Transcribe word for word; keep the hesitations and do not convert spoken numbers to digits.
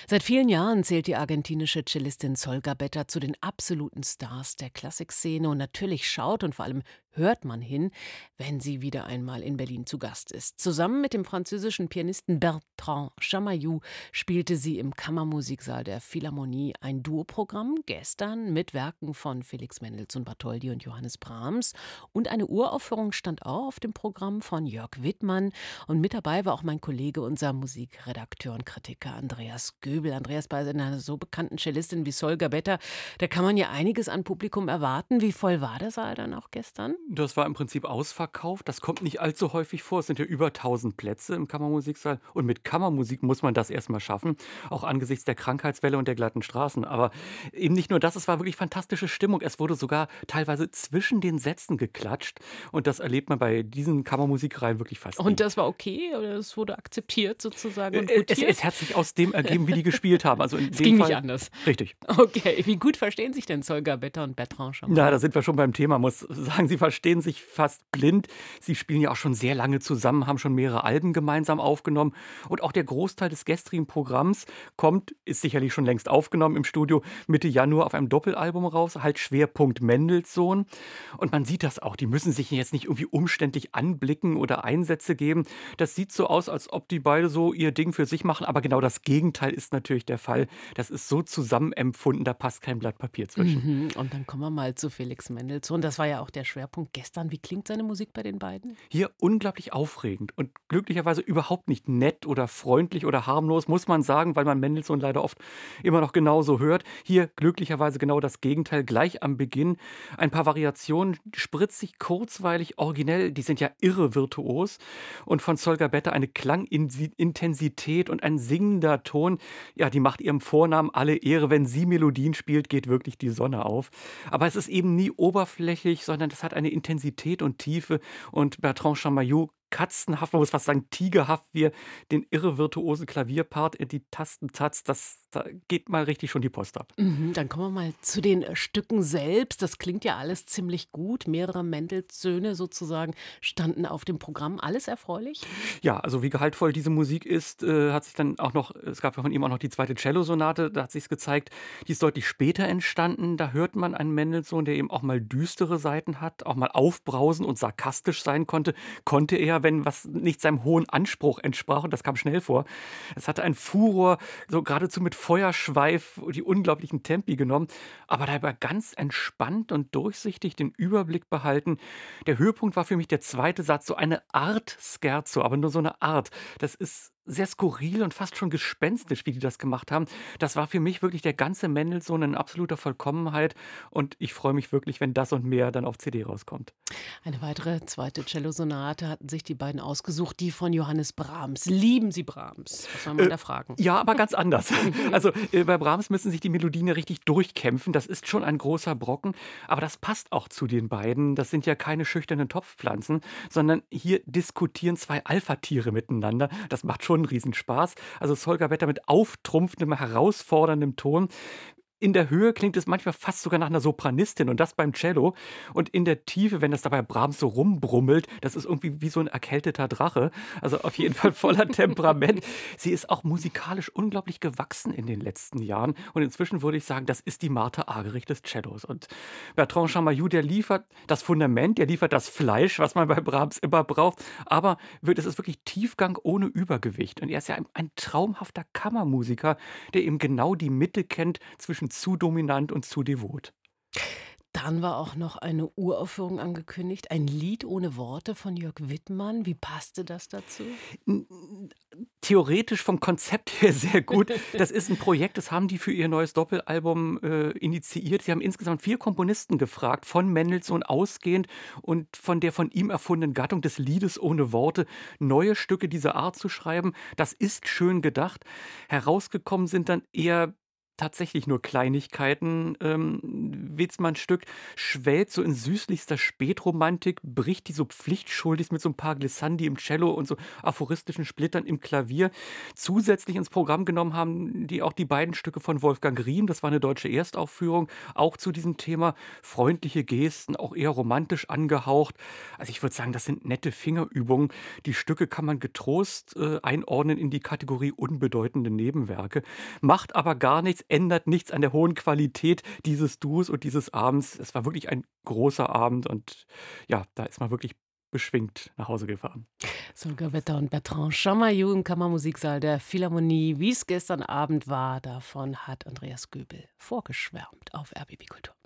Seit vielen Jahren zählt die argentinische Cellistin Sol Gabetta zu den absoluten Stars der Klassikszene und natürlich schaut und vor allem hört man hin, wenn sie wieder einmal in Berlin zu Gast ist. Zusammen mit dem französischen Pianisten Bertrand Chamayou spielte sie im Kammermusiksaal der Philharmonie ein Duoprogramm, gestern mit Werken von Felix Mendelssohn Bartholdy und Johannes Brahms. Und eine Uraufführung stand auch auf dem Programm von Jörg Wittmann. Und mit dabei war auch mein Kollege, unser Musikredakteur und Kritiker Andreas Göbel. Andreas, bei einer so bekannten Cellistin wie Sol Gabetta, da kann man ja einiges an Publikum erwarten. Wie voll war der Saal dann auch gestern? Das war im Prinzip ausverkauft. Das kommt nicht allzu häufig vor. Es sind ja über tausend Plätze im Kammermusiksaal. Und mit Kammermusik muss man das erst mal schaffen, auch angesichts der Krankheitswelle und der glatten Straßen. Aber eben nicht nur das, es war wirklich fantastische Stimmung. Es wurde sogar teilweise zwischen den Sätzen geklatscht. Und das erlebt man bei diesen Kammermusikreihen wirklich fast Und nie. das war okay oder es wurde akzeptiert sozusagen und Äh, Es, gutiert? es hat sich aus dem ergeben, wie die gespielt haben. Also in Es dem ging nicht Fall anders. richtig. Okay, wie gut verstehen sich denn Sol Gabetta und Bertrand Na, da Chamayou? sind wir schon beim Thema. Muss sagen, sie verstehen sich fast blind. Sie spielen ja auch schon sehr lange zusammen, haben schon mehrere Alben gemeinsam aufgenommen. Und auch der Großteil des gestrigen Programms kommt, ist sicherlich schon längst aufgenommen im Studio, Mitte Januar auf einem Doppelalbum raus, halt Schwerpunkt Mendelssohn. Und man sieht das auch. Die müssen sich jetzt nicht irgendwie umständlich anblicken oder Einsätze geben. Das sieht so aus, als ob die beide so ihr Ding für sich machen. Aber genau das Gegenteil ist natürlich der Fall. Das ist so zusammenempfunden, da passt kein Blatt Papier zwischen. Mhm. Und dann kommen wir mal zu Felix Mendelssohn. Das war ja auch der Schwerpunkt gestern. Wie klingt seine Musik bei den beiden? Hier unglaublich aufregend und glücklicherweise überhaupt nicht nett oder freundlich oder harmlos, muss man sagen, weil man Mendelssohn leider oft immer noch genauso hört. Hier glücklicherweise genau das Gegenteil, gleich am Beginn. Ein paar Variationen, spritzig, kurzweilig, originell, die sind ja irre virtuos. Und von Sol Gabetta eine Klangintensität und ein singender Ton, ja, die macht ihrem Vornamen alle Ehre. Wenn sie Melodien spielt, geht wirklich die Sonne auf. Aber es ist eben nie oberflächlich, sondern es hat eine Intensität und Tiefe. Und Bertrand Chamayou katzenhaft, man muss fast sagen tigerhaft, wie er den irre virtuosen Klavierpart in die Tasten tatzt, das da geht mal richtig schon die Post ab. Mhm, dann kommen wir mal zu den äh, Stücken selbst. Das klingt ja alles ziemlich gut. Mehrere Mendelssohne sozusagen standen auf dem Programm. Alles erfreulich? Ja, also wie gehaltvoll diese Musik ist, äh, hat sich dann auch noch es gab ja von ihm auch noch die zweite Cellosonate, da hat sich's gezeigt, die ist deutlich später entstanden. Da hört man einen Mendelssohn, der eben auch mal düstere Seiten hat, auch mal aufbrausend und sarkastisch sein konnte. Konnte er, wenn was nicht seinem hohen Anspruch entsprach, und das kam schnell vor. Es hatte ein Furor, so geradezu mit Feuerschweif die unglaublichen Tempi genommen, aber dabei ganz entspannt und durchsichtig den Überblick behalten. Der Höhepunkt war für mich der zweite Satz, so eine Art Scherzo, aber nur so eine Art. Das ist sehr skurril und fast schon gespenstisch, wie die das gemacht haben. Das war für mich wirklich der ganze Mendelssohn in absoluter Vollkommenheit und ich freue mich wirklich, wenn das und mehr dann auf C D rauskommt. Eine weitere zweite Cellosonate hatten sich die beiden ausgesucht, die von Johannes Brahms. Lieben Sie Brahms? Was soll man Äh, da fragen? ja, aber ganz anders. Also, äh, bei Brahms müssen sich die Melodien ja richtig durchkämpfen. Das ist schon ein großer Brocken, aber das passt auch zu den beiden. Das sind ja keine schüchternen Topfpflanzen, sondern hier diskutieren zwei Alpha-Tiere miteinander. Das macht schon 'n Riesenspaß. Also, Sol Gabetta mit auftrumpfendem, herausforderndem Ton. In der Höhe klingt es manchmal fast sogar nach einer Sopranistin und das beim Cello. Und in der Tiefe, wenn das da bei Brahms so rumbrummelt, das ist irgendwie wie so ein erkälteter Drache. Also, auf jeden Fall voller Temperament. Sie ist auch musikalisch unglaublich gewachsen in den letzten Jahren und inzwischen würde ich sagen, das ist die Martha Argerich des Cellos. Und Bertrand Chamayou, der liefert das Fundament, der liefert das Fleisch, was man bei Brahms immer braucht, aber wird es ist wirklich Tiefgang ohne Übergewicht. Und er ist ja ein ein traumhafter Kammermusiker, der eben genau die Mitte kennt zwischen zu dominant und zu devot. Dann war auch noch eine Uraufführung angekündigt, ein Lied ohne Worte von Jörg Wittmann. Wie passte das dazu? N n Theoretisch vom Konzept her sehr gut. Das ist 'n Projekt, das haben die für ihr neues Doppelalbum, äh, initiiert. Sie haben insgesamt vier Komponisten gefragt, von Mendelssohn ausgehend und von der von ihm erfundenen Gattung des Liedes ohne Worte, neue Stücke dieser Art zu schreiben. Das ist schön gedacht. Herausgekommen sind dann eher tatsächlich nur Kleinigkeiten. Ähm, Witzmann-Stück schwelgt so in süßlichster Spätromantik, bricht die so pflichtschuldig mit so ein paar Glissandi im Cello und so aphoristischen Splittern im Klavier. Zusätzlich ins Programm genommen haben die auch die beiden Stücke von Wolfgang Riem, das war eine deutsche Erstaufführung, auch zu diesem Thema. Freundliche Gesten, auch eher romantisch angehaucht. Also, ich würde sagen, das sind nette Fingerübungen. Die Stücke kann man getrost, äh, einordnen in die Kategorie unbedeutende Nebenwerke. Macht aber gar nichts, ändert nichts an der hohen Qualität dieses Duos und dieses Abends. Es war wirklich ein großer Abend und ja, da ist man wirklich beschwingt nach Hause gefahren. Solga Wetter und Bertrand Chamayou im Kammermusiksaal der Philharmonie. Wie es gestern Abend war, davon hat Andreas Göbel vorgeschwärmt auf R B B Kultur.